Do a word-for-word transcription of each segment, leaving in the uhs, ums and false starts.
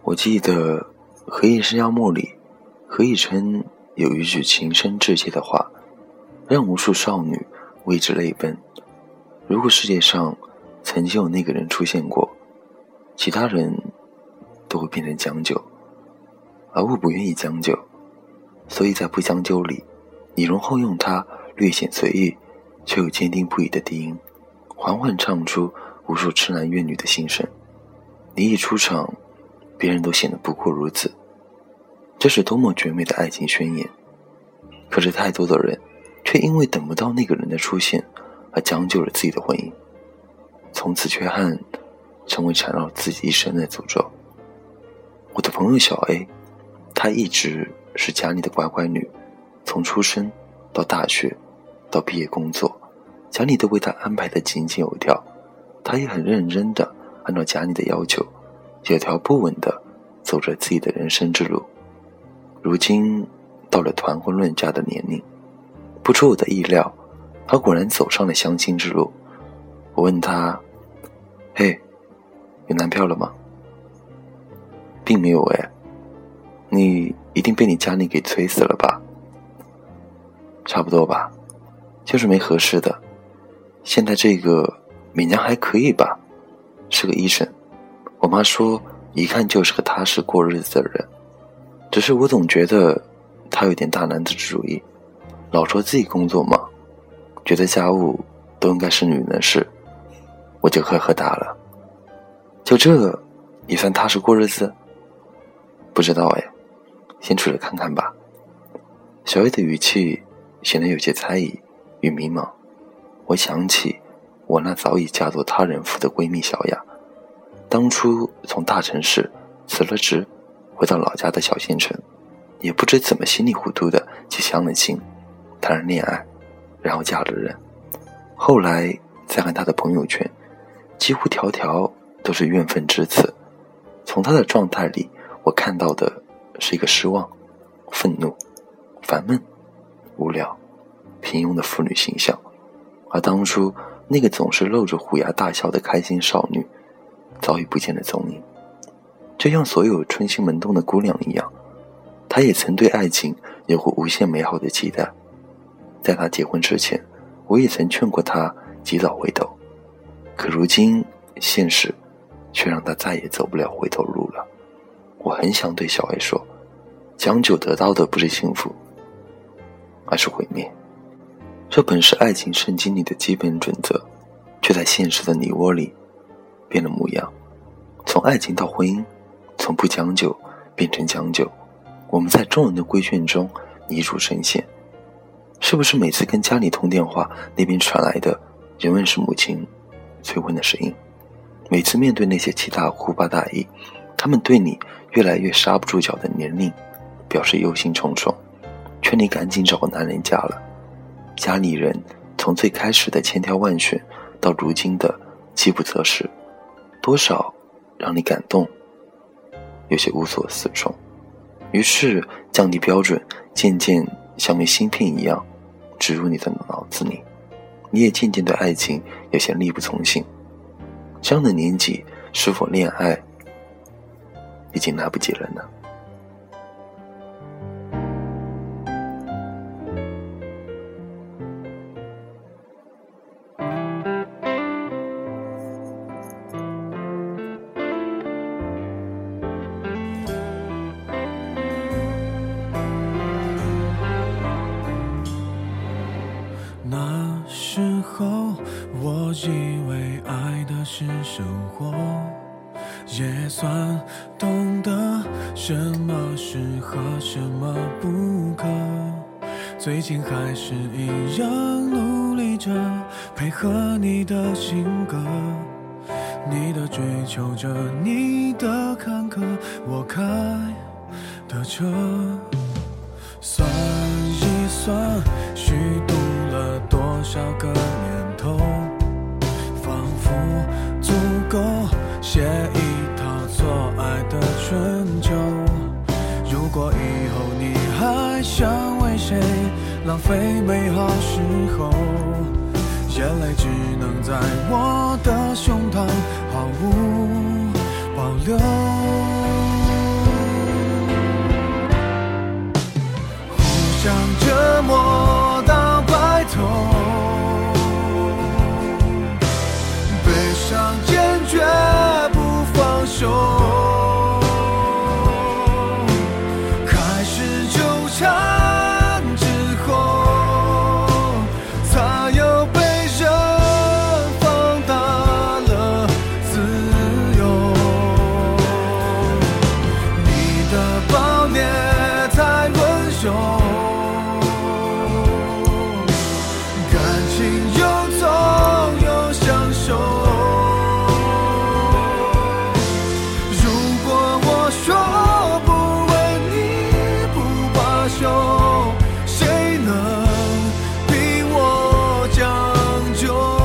我记得《何以笙箫默》里，何以琛有一句情深挚切的话，让无数少女为之泪奔。如果世界上曾经有那个人出现过，其他人都会变成将就，而我不愿意将就，所以在不将就里，李荣浩用他略显随意却又坚定不移的低音，缓缓唱出无数痴男怨女的心声。你一出场，别人都显得不过如此，这是多么绝美的爱情宣言。可是太多的人却因为等不到那个人的出现而将就了自己的婚姻，从此缺憾成为缠绕自己一生的诅咒。我的朋友小 A， 她一直是家里的乖乖女，从出生到大学到毕业工作，家里都为她安排得井井有条，她也很认真地按照家里的要求，有条不紊地走着自己的人生之路。如今到了团婚论嫁的年龄，不出我的意料，她果然走上了相亲之路。我问她，嘿，有男票了吗？并没有哎，你一定被你家里给催死了吧？差不多吧，就是没合适的。现在这个勉强还可以吧，是个医生，我妈说一看就是个踏实过日子的人，只是我总觉得他有点大男子主义，老说自己工作忙，觉得家务都应该是女人的事，我就呵呵大了。就这也算踏实过日子？不知道哎，先处着看看吧。小 A 的语气显得有些猜疑与迷茫。我想起我那早已嫁作他人妇的闺蜜小雅，当初从大城市辞了职，回到老家的小县城，也不知怎么稀里糊涂的就相了亲，谈了恋爱，然后嫁了人。后来再看她的朋友圈，几乎条条都是怨愤之词。从她的状态里，我看到的是一个失望、愤怒、烦闷、无聊、平庸的妇女形象。而当初那个总是露着虎牙大笑的开心少女，早已不见了踪影。就像所有春心萌动的姑娘一样，她也曾对爱情有过无限美好的期待。在她结婚之前，我也曾劝过她及早回头，可如今现实却让她再也走不了回头路了。我很想对小 A 说，将就得到的不是幸福，而是毁灭。这本是爱情圣经里的基本准则，却在现实的泥窝里变了模样。从爱情到婚姻，从不将就变成将就，我们在众人的规劝中泥足深陷。是不是每次跟家里通电话，那边传来的仍然是母亲催婚的声音？每次面对那些七大姑八大姨，他们对你越来越刹不住脚的年龄表示忧心忡忡，劝你赶紧找个男人嫁了。家里人从最开始的千挑万选到如今的饥不择食，多少让你感动，有些无所适从。于是降低标准渐渐像枚芯片一样植入你的脑子里，你也渐渐对爱情有些力不从心。这样的年纪是否恋爱已经来不及了呢？ 那时候我以为爱的是生活，也算懂得什么适合什么不可，最近还是一样努力着配合你的性格，你的追求着，你的坎坷，我开的车。算一算虚度了多少个年头，仿佛足够写一套错爱的春秋。如果以后你还想为谁浪费美好时候，眼泪只能在我的胸膛毫无保留。 的暴虐太温柔，感情又痛又享受。如果我说不为你不罢休，谁能比我将就？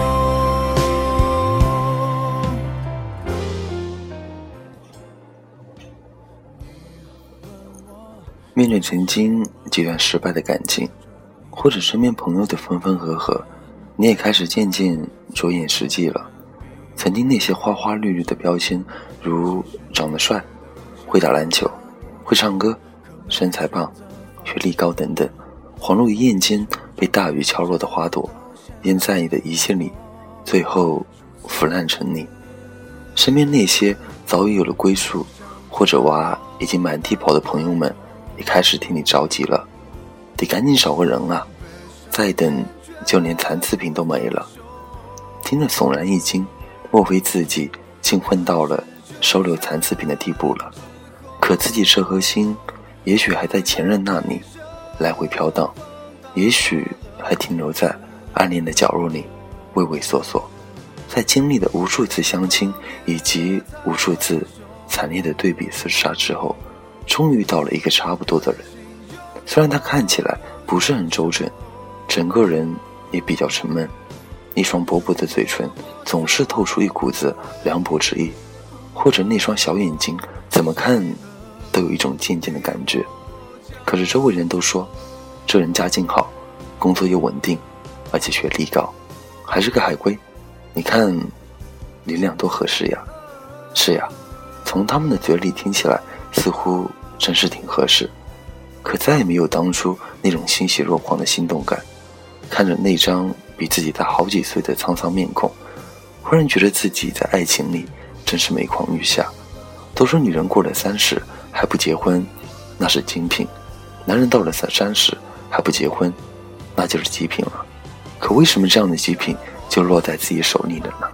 面对曾经几段失败的感情，或者身边朋友的分分合合，你也开始渐渐着眼实际了。曾经那些花花绿绿的标签，如长得帅、会打篮球、会唱歌、身材棒、学历高等等，恍如一夜间被大雨敲落的花朵，淹在你的一切里，最后腐烂成泥。身边那些早已有了归宿，或者娃已经满地跑的朋友们，也开始替你着急了，得赶紧找个人啊，再等就连残次品都没了。听得悚然一惊，莫非自己竟混到了收留残次品的地步了？可自己这颗心也许还在前任那里来回飘荡，也许还停留在暗恋的角落里畏畏缩缩。在经历了无数次相亲以及无数次惨烈的对比厮杀之后，终于遇到了一个差不多的人。虽然他看起来不是很周正，整个人也比较沉闷，一双薄薄的嘴唇总是透出一股子凉薄之意，或者那双小眼睛怎么看都有一种贱贱的感觉。可是周围人都说这人家境好，工作又稳定，而且学历高，还是个海归，你看你俩多合适呀。是呀，从他们的嘴里听起来似乎真是挺合适，可再也没有当初那种欣喜若狂的心动感。看着那张比自己大好几岁的沧桑面孔，忽然觉得自己在爱情里真是每况愈下。都说女人过了三十还不结婚，那是精品；男人到了三十还不结婚，那就是极品了。可为什么这样的极品就落在自己手里了呢？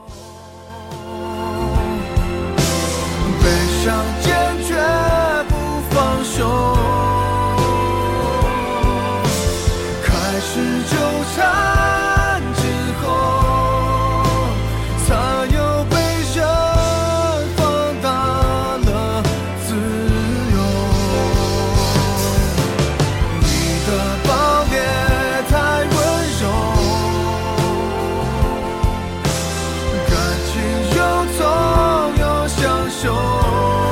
悲伤坚决不放手，开始纠缠之后，才有被人放大了自由。你的暴虐太温柔，感情又痛又享受。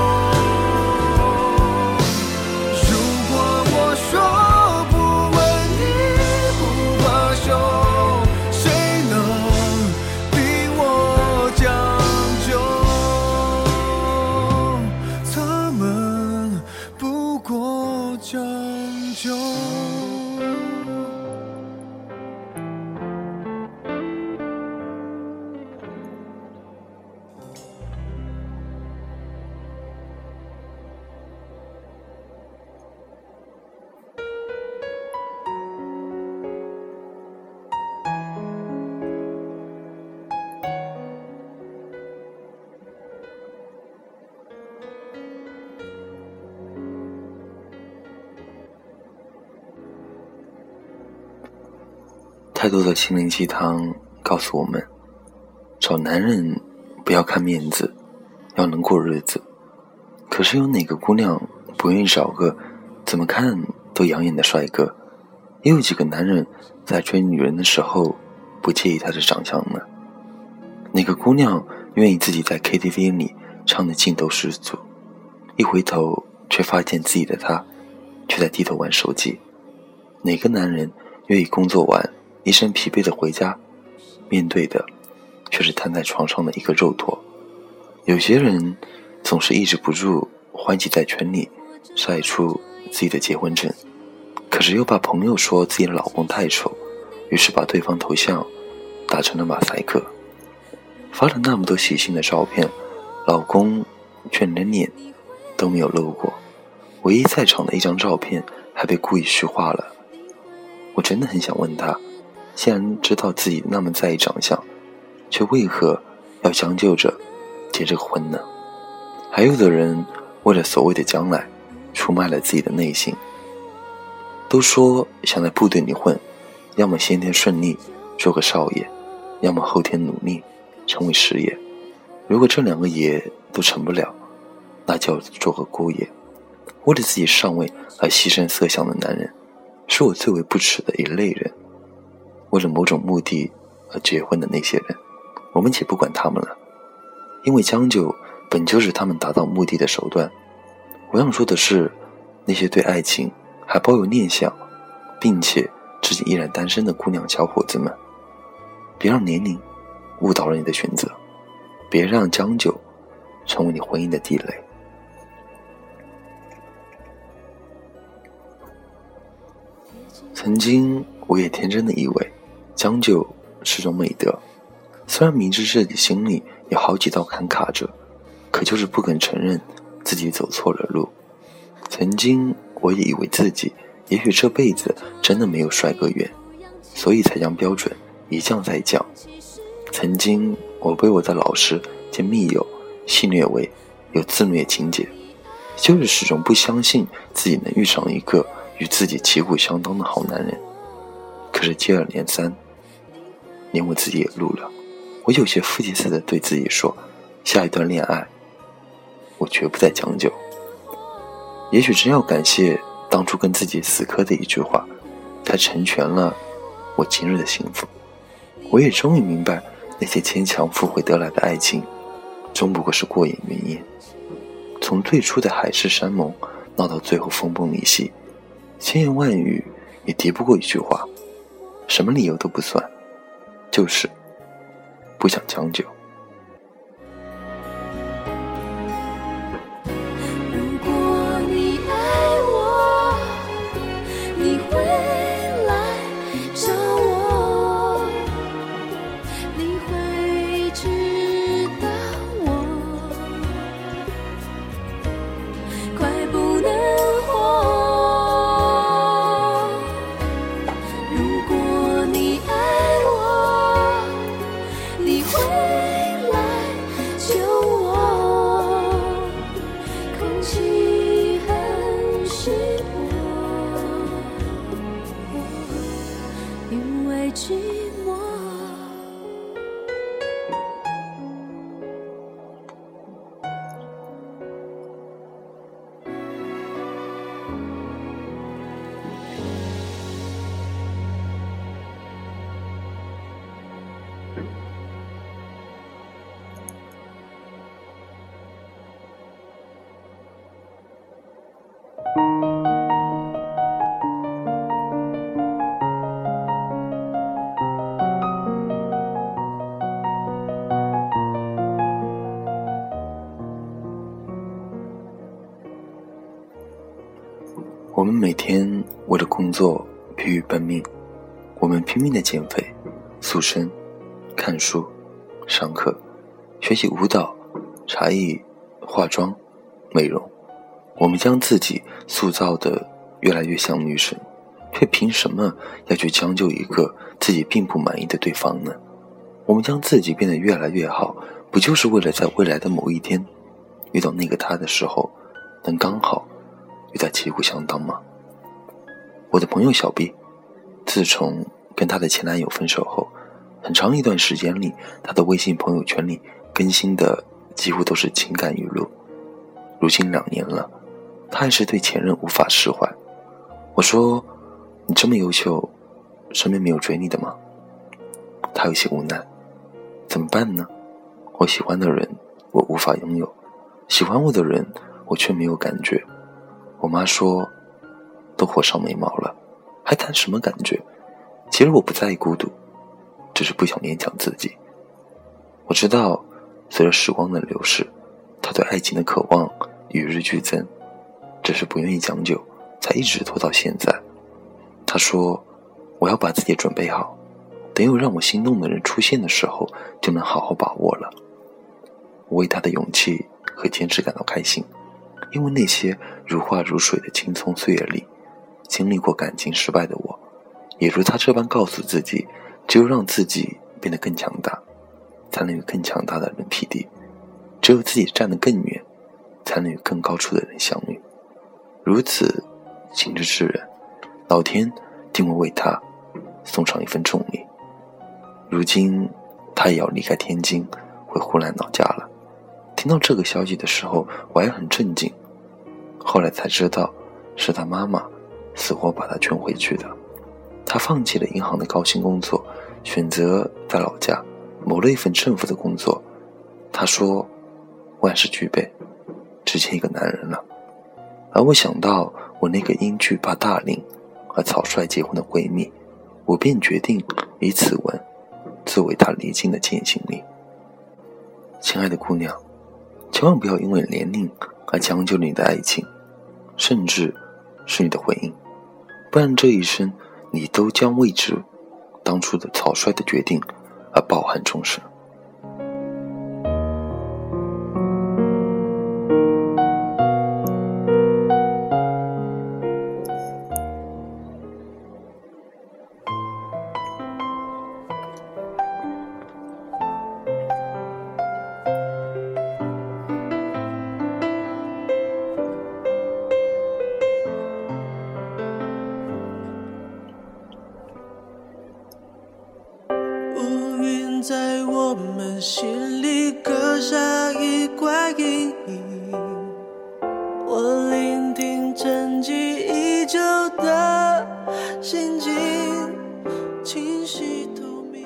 太多的心灵鸡汤告诉我们，找男人不要看面子，要能过日子。可是有哪个姑娘不愿意找个怎么看都养眼的帅哥？也有几个男人在追女人的时候不介意她的长相呢？哪个姑娘愿意自己在 K T V 里唱得劲头十足，一回头却发现自己的他却在低头玩手机？哪个男人愿意工作完一身疲惫的回家，面对的却是瘫在床上的一个肉坨？有些人总是抑制不住欢喜在圈里晒出自己的结婚证，可是又怕朋友说自己的老公太丑，于是把对方头像打成了马赛克。发了那么多喜庆的照片，老公却连脸都没有露过，唯一在场的一张照片还被故意虚化了。我真的很想问他，既然知道自己那么在意长相，却为何要将就着结这个婚呢？还有的人为了所谓的将来， 出卖了自己的内心。都说想在部队里混，要么先天顺利做个少爷，要么后天努力成为师爷。如果这两个爷都成不了，那就要做个姑爷。为了自己上位而牺牲色相的男人，是我最为不耻的一类人。为了某种目的而结婚的那些人，我们且不管他们了，因为将就本就是他们达到目的的手段。我想说的是，那些对爱情还抱有念想，并且自己依然单身的姑娘小伙子们，别让年龄误导了你的选择，别让将就成为你婚姻的地雷。曾经我也天真的以为将就是种美德，虽然明知自己心里有好几道坎卡着，可就是不肯承认自己走错了路。曾经我也以为自己也许这辈子真的没有帅哥缘，所以才将标准一降再降。曾经我被我的老师兼密友戏谑为有自虐情节，就是始终不相信自己能遇上一个与自己旗鼓相当的好男人。可是接二连三，连我自己也录了。我有些负气似的对自己说，下一段恋爱我绝不再将就。也许真要感谢当初跟自己死磕的一句话，才成全了我今日的幸福。我也终于明白，那些牵强附会得来的爱情终不过是过眼云烟。从最初的海誓山盟闹到最后分崩离析，千言万语也敌不过一句话，什么理由都不算，就是不想将就。 如果你爱我，你会来找我，你会知道我快不能活。如果你爱我，你会来救我，空气很湿薄，因为寂寞。 我们每天为了工作疲于奔命，我们拼命的减肥、塑身、看书、上课、学习舞蹈、茶艺、化妆、美容。我们将自己塑造得越来越像女神，却凭什么要去将就一个自己并不满意的对方呢？我们将自己变得越来越好，不就是为了在未来的某一天遇到那个他的时候，能刚好与他旗鼓相当吗？我的朋友小 B， 自从跟她的前男友分手后，很长一段时间里，她的微信朋友圈里更新的几乎都是情感语录。如今两年了，她还是对前任无法释怀。我说，你这么优秀，身边没有追你的吗？她有些无奈，怎么办呢？我喜欢的人我无法拥有，喜欢我的人我却没有感觉。我妈说，都火烧眉毛了，还谈什么感觉？其实我不在意孤独，只是不想勉强自己。我知道，随着时光的流逝，他对爱情的渴望与日俱增，只是不愿意将就，才一直拖到现在。他说，我要把自己准备好，等有让我心动的人出现的时候，就能好好把握了。我为他的勇气和坚持感到开心，因为那些如花如水的青葱岁月里，经历过感情失败的我，也如他这般告诉自己，只有让自己变得更强大，才能与更强大的人匹敌，只有自己站得更远，才能与更高处的人相遇。 如此情之至人，老天定会为他送上一份重礼。如今他也要离开天津，回湖南老家了。听到这个消息的时候，我还很震惊，后来才知道是他妈妈死活把他劝回去的。他放弃了银行的高薪工作，选择在老家谋了一份政府的工作。他说万事俱备，只欠一个男人了。而我想到我那个因惧怕大龄而草率结婚的闺蜜，我便决定以此文作为她离境的践行礼。亲爱的姑娘，千万不要因为年龄而将就你的爱情，甚至是你的婚姻，不然这一生你都将为之当初的草率的决定而抱憾终生。 在我们心里刻下一块阴影，我聆听沉寂已久的心境，清晰透明。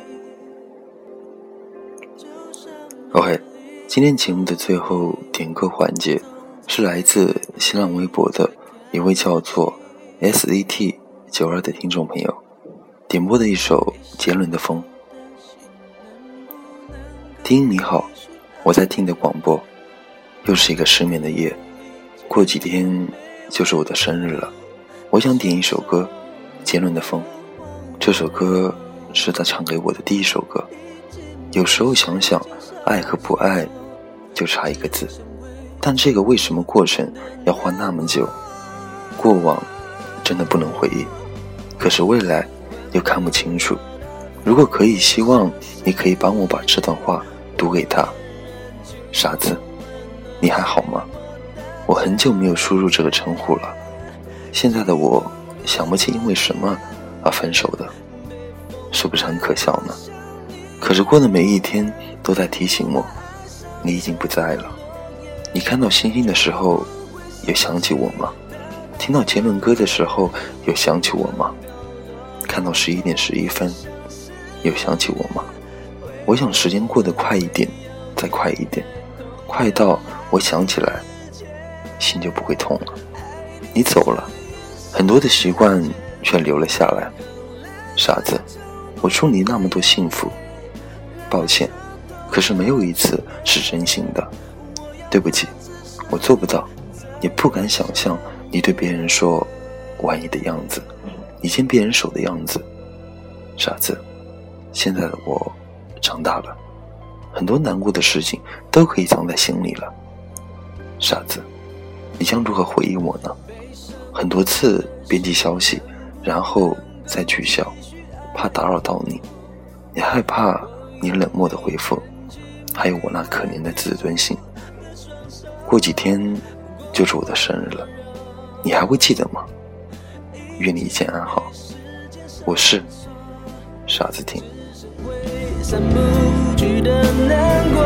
OK， 今天节目的最后点歌环节是来自新浪微博的一位叫做 S E T 九二 的听众朋友点播的一首杰伦的风。听你好，我在听的广播，又是一个失眠的夜，过几天就是我的生日了。我想点一首歌，杰伦的风。这首歌是他唱给我的第一首歌。有时候想想，爱和不爱就差一个字，但这个为什么过程要花那么久？过往真的不能回忆，可是未来又看不清楚。如果可以，希望你可以帮我把这段话读给他。傻子，你还好吗？我很久没有输入这个称呼了。现在的我想不起因为什么而分手的，是不是很可笑呢？可是过的每一天都在提醒我，你已经不在了。你看到星星的时候有想起我吗？听到杰伦歌的时候有想起我吗？看到十一点十一分有想起我吗？我想时间过得快一点，再快一点，快到我想起来心就不会痛了。你走了，很多的习惯却留了下来。傻子，我祝你那么多幸福。抱歉，可是没有一次是真心的。对不起，我做不到，也不敢想象你对别人说我爱你的样子，你牵别人手的样子。傻子，现在的我长大了，很多难过的事情都可以藏在心里了。傻子，你将如何回忆我呢？很多次编辑消息，然后再取消，怕打扰到你，你害怕你冷漠的回复，还有我那可怜的自尊心。过几天就是我的生日了，你还会记得吗？愿你一切安好。我是傻子听。 散不去的难过，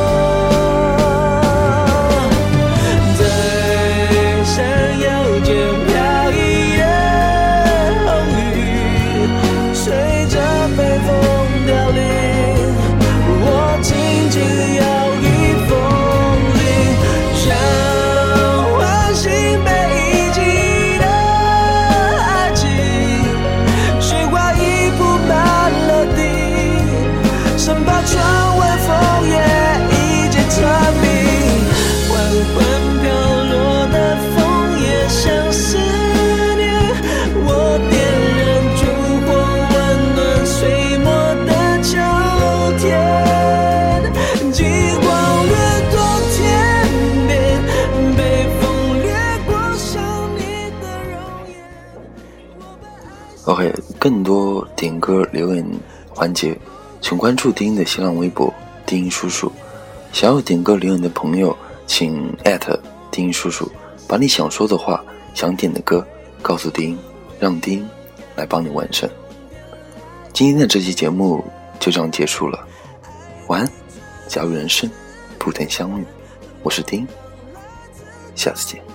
在闪耀间飘逸的红雨，随着北风凋零，我轻轻摇曳风铃，想唤醒被遗弃的爱情，雪花已铺满了地，生怕窗外枫叶已经蝉鸣，缓缓飘落的枫叶像思念，我点燃烛火温暖碎末的秋天，极光掠过天边，被风掠过想你的容颜。 OK， 更多点歌留言环节请关注丁丁的新浪微博丁丁叔叔。想要点歌留言的朋友请艾特丁丁叔叔，把你想说的话想点的歌告诉丁，让丁来帮你完成。今天的这期节目就这样结束了，晚安，假如人生不曾相遇，我是丁，下次见。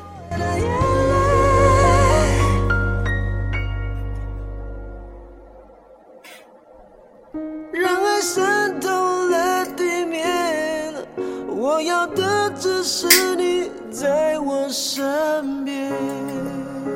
让爱渗透了地面，我要的只是你在我身边。